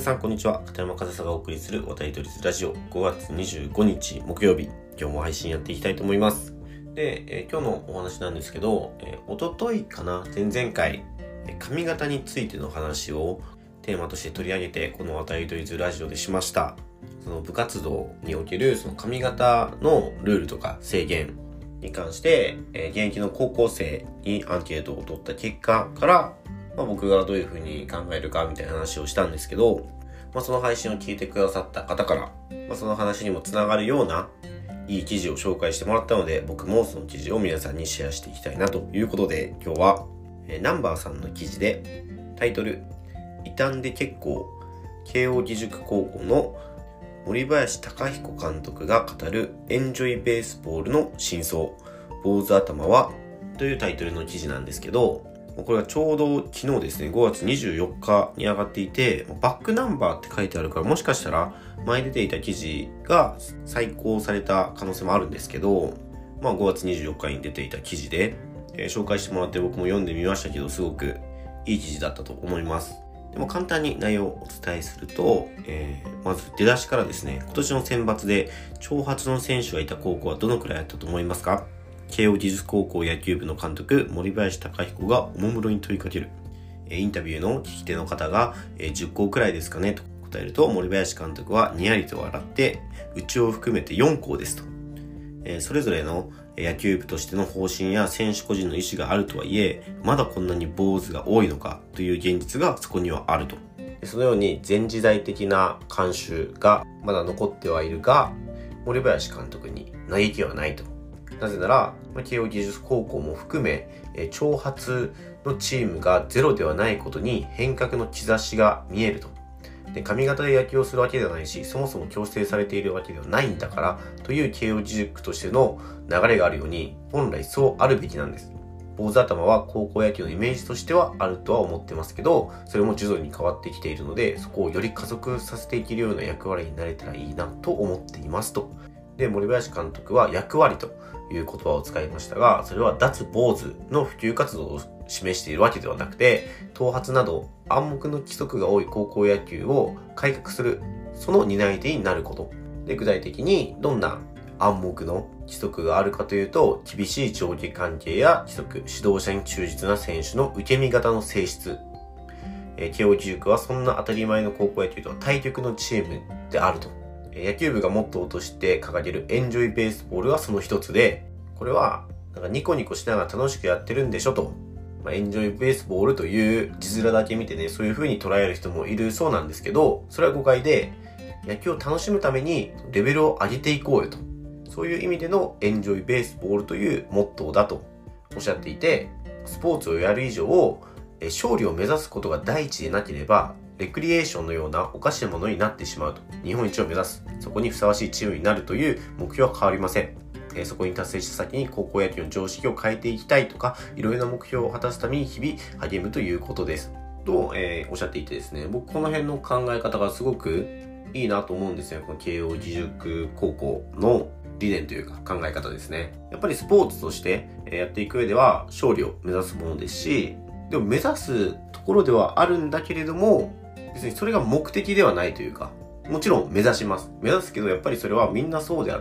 さんこんにちは。片山和沙がお送りする渡り鳥ラジオ5月25日木曜日、今日も配信やっていきたいと思います。で、今日のお話なんですけど、一昨日かな、前々回髪型についての話をテーマとして取り上げて、この渡り鳥ラジオでしました。その部活動におけるその髪型のルールとか制限に関して、現役の高校生にアンケートを取った結果から、僕がどういうふうに考えるかみたいな話をしたんですけど、その配信を聞いてくださった方から、その話にもつながるようないい記事を紹介してもらったので、僕もその記事を皆さんにシェアしていきたいなということで、今日はナンバーさんの記事で、タイトル傷んで結構、慶応義塾高校の森林貴彦監督が語るエンジョイベースボールの真相、坊主頭はというタイトルの記事なんですけど、これはちょうど昨日ですね、5月24日に上がっていて、バックナンバーって書いてあるから、もしかしたら前出ていた記事が再考された可能性もあるんですけど、5月24日に出ていた記事で、紹介してもらって僕も読んでみましたけど、すごくいい記事だったと思います。でも簡単に内容をお伝えすると、まず出だしからですね、今年の選抜で長髪の選手がいた高校はどのくらいあったと思いますか？慶応義塾高校野球部の監督、森林貴彦がおもむろに問いかける。インタビューの聞き手の方が、10校くらいですかねと答えると、森林監督はにやりと笑って、うちを含めて4校ですと。それぞれの野球部としての方針や選手個人の意思があるとはいえ、まだこんなに坊主が多いのかという現実がそこにはあると。そのように前時代的な慣習がまだ残ってはいるが、森林監督に嘆きはないと。なぜなら、慶応義塾高校も含め、長髪のチームがゼロではないことに変革の兆しが見えると。で、髪型で野球をするわけではないし、そもそも強制されているわけではないんだからという慶応義塾としての流れがあるように、本来そうあるべきなんです。坊主頭は高校野球のイメージとしてはあるとは思ってますけど、それも徐々に変わってきているので、そこをより加速させていけるような役割になれたらいいなと思っていますと。で、森林監督は役割という言葉を使いましたが、それは脱坊主の普及活動を示しているわけではなくて、頭髪など暗黙の規則が多い高校野球を改革する、その担い手になること。で、具体的にどんな暗黙の規則があるかというと、厳しい上下関係や規則、指導者に忠実な選手の受け身型の性質。慶応義塾はそんな当たり前の高校野球とは対極のチームであると。野球部がモットーとして掲げるエンジョイベースボールはその一つで、これはニコニコしながら楽しくやってるんでしょと。エンジョイベースボールという字面だけ見てね、そういう風に捉える人もいるそうなんですけど、それは誤解で、野球を楽しむためにレベルを上げていこうよと。そういう意味でのエンジョイベースボールというモットーだとおっしゃっていて、スポーツをやる以上、勝利を目指すことが第一でなければ、レクリエーションのようなおかしなものになってしまうと。日本一を目指す。そこにふさわしいチームになるという目標は変わりません。そこに達成した先に高校野球の常識を変えていきたいとか、いろいろな目標を果たすために日々励むということです。と、おっしゃっていてですね、僕この辺の考え方がすごくいいなと思うんですよ。この慶応義塾高校の理念というか考え方ですね。やっぱりスポーツとしてやっていく上では勝利を目指すものですし、でも目指すところではあるんだけれども、別にそれが目的ではないというか、もちろん目指します。目指すけどやっぱりそれはみんなそうであって、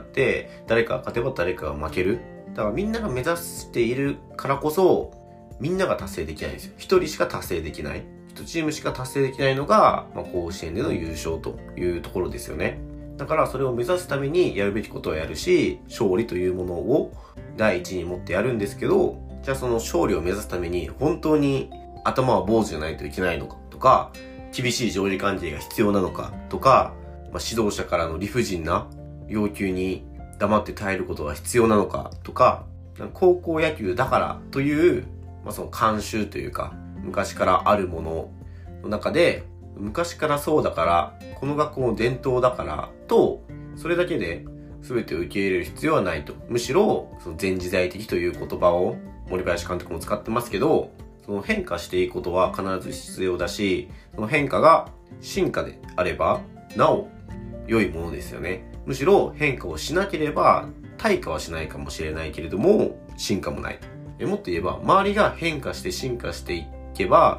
誰かが勝てば誰かが負ける。だからみんなが目指しているからこそ、みんなが達成できないんですよ。一人しか達成できない。一チームしか達成できないのが、甲子園での優勝というところですよね。だからそれを目指すためにやるべきことをやるし、勝利というものを第一に持ってやるんですけど、じゃあその勝利を目指すために本当に頭は坊主じゃないといけないのかとか、厳しい上下関係が必要なのかとか、指導者からの理不尽な要求に黙って耐えることが必要なのかとか、高校野球だからという、その慣習というか、昔からあるものの中で、昔からそうだから、この学校の伝統だからと、それだけで全てを受け入れる必要はないと。むしろ、その前時代的という言葉を森林監督も使ってますけど、その変化していくことは必ず必要だし、その変化が進化であれば、なお良いものですよね。むしろ変化をしなければ、退化はしないかもしれないけれども、進化もない。もっと言えば、周りが変化して進化していけば、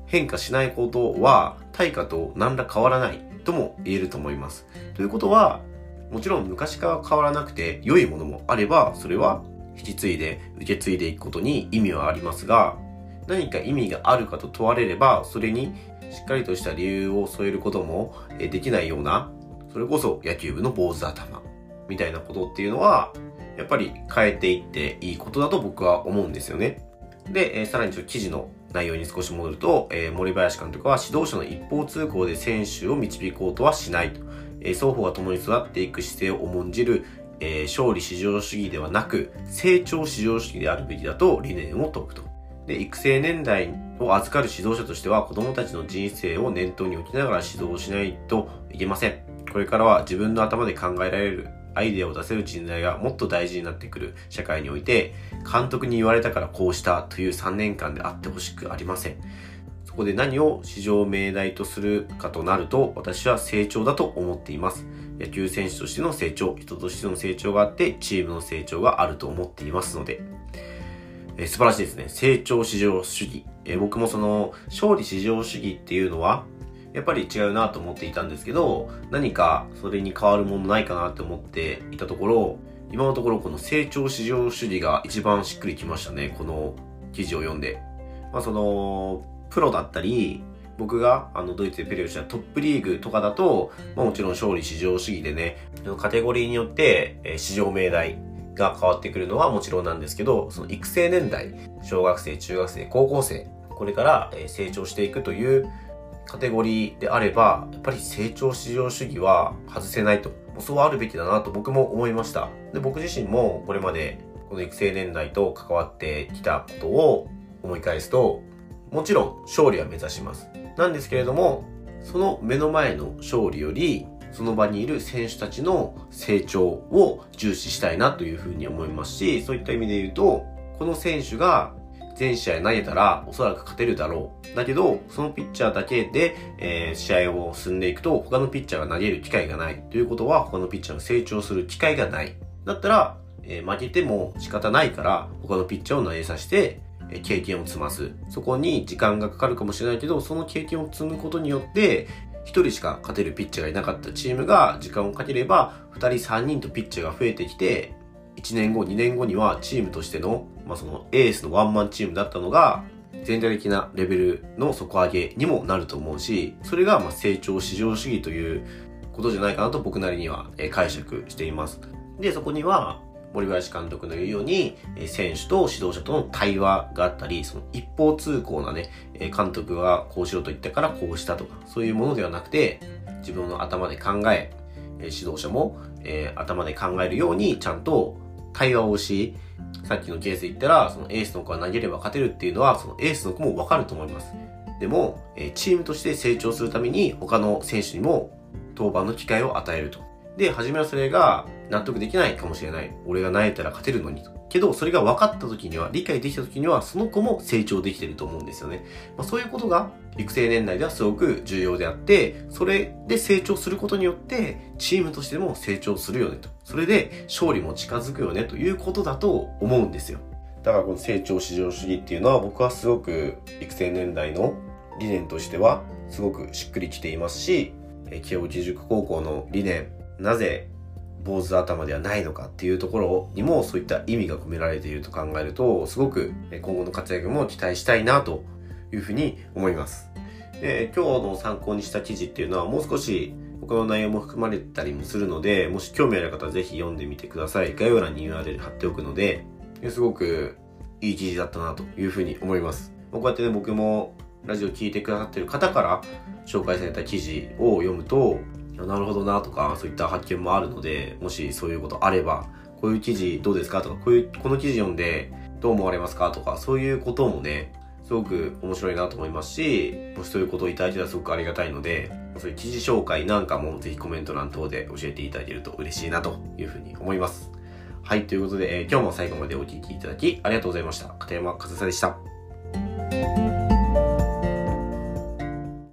変化しないことは対価と何ら変わらないとも言えると思います。ということは、もちろん昔から変わらなくて良いものもあれば、それは引き継いで受け継いでいくことに意味はありますが、何か意味があるかと問われれば、それにしっかりとした理由を添えることもできないような、それこそ野球部の坊主頭みたいなことっていうのは、やっぱり変えていっていいことだと僕は思うんですよね。で、さらにちょっと記事の内容に少し戻ると、森林監督は指導者の一方通行で選手を導こうとはしないと。双方が共に育っていく姿勢を重んじる、勝利至上主義ではなく、成長至上主義であるべきだと理念を説くと。で、育成年代を預かる指導者としては、子供たちの人生を念頭に置きながら指導しないといけません。これからは自分の頭で考えられるアイデアを出せる人材がもっと大事になってくる社会において、監督に言われたからこうしたという3年間であってほしくありません。そこで何を至上命題とするかとなると、私は成長だと思っています。野球選手としての成長、人としての成長があって、チームの成長があると思っていますので、素晴らしいですね。成長至上主義。僕もその勝利至上主義っていうのはやっぱり違うなと思っていたんですけど、何かそれに変わるものないかなって思っていたところ、今のところこの成長至上主義が一番しっくりきましたね。この記事を読んで。そのプロだったり、僕がドイツでプレーをしたトップリーグとかだと、もちろん勝利至上主義でね、カテゴリーによって至上命題が変わってくるのはもちろんなんですけど、その育成年代、小学生、中学生、高校生、これから成長していくというカテゴリーであれば、やっぱり成長至上主義は外せないと。そうあるべきだなと僕も思いました。で、僕自身もこれまでこの育成年代と関わってきたことを思い返すと、もちろん勝利は目指します。なんですけれども、その目の前の勝利より、その場にいる選手たちの成長を重視したいなというふうに思いますし、そういった意味で言うと、この選手が全試合投げたらおそらく勝てるだろう。だけど、そのピッチャーだけで、試合を進んでいくと、他のピッチャーが投げる機会がない。ということは、他のピッチャーが成長する機会がない。だったら、負けても仕方ないから、他のピッチャーを投げさせて、経験を積ます。そこに時間がかかるかもしれないけど、その経験を積むことによって、一人しか勝てるピッチャーがいなかったチームが時間をかければ、二人三人とピッチャーが増えてきて、1年後、2年後にはチームとしての、そのエースのワンマンチームだったのが、全体的なレベルの底上げにもなると思うし、それが成長至上主義ということじゃないかなと僕なりには解釈しています。で、そこには、森林監督の言うように、選手と指導者との対話があったり、その一方通行なね、監督がこうしろと言ったからこうしたとか、そういうものではなくて、自分の頭で考え、指導者も、頭で考えるようにちゃんと対話をし、さっきのケースで言ったら、そのエースの子が投げれば勝てるっていうのは、そのエースの子もわかると思います。でも、チームとして成長するために、他の選手にも登板の機会を与えると。で、初めはそれが納得できないかもしれない。俺が投げたら勝てるのにと。けど、それが分かった時には、理解できた時には、その子も成長できてると思うんですよね。そういうことが、育成年代ではすごく重要であって、それで成長することによって、チームとしても成長するよねと。それで、勝利も近づくよねということだと思うんですよ。だからこの成長至上主義っていうのは、僕はすごく育成年代の理念としては、すごくしっくりきていますし、慶應義塾高校の理念、なぜ坊主頭ではないのかっていうところにもそういった意味が込められていると考えると、すごく今後の活躍も期待したいなというふうに思います。で、今日の参考にした記事っていうのはもう少し他の内容も含まれたりもするので、もし興味ある方はぜひ読んでみてください。概要欄に URL 貼っておくので、すごくいい記事だったなというふうに思います。こうやってね、僕もラジオ聞いてくださってる方から紹介された記事を読むと、なるほどなとか、そういった発見もあるので、もしそういうことあれば、こういう記事どうですかとか、この記事読んでどう思われますかとか、そういうこともね、すごく面白いなと思いますし、もしそういうことをいただいたらすごくありがたいので、そういう記事紹介なんかもぜひコメント欄等で教えていただけると嬉しいなというふうに思います。はい、ということで、今日も最後までお聞きいただきありがとうございました。片山和沙でした。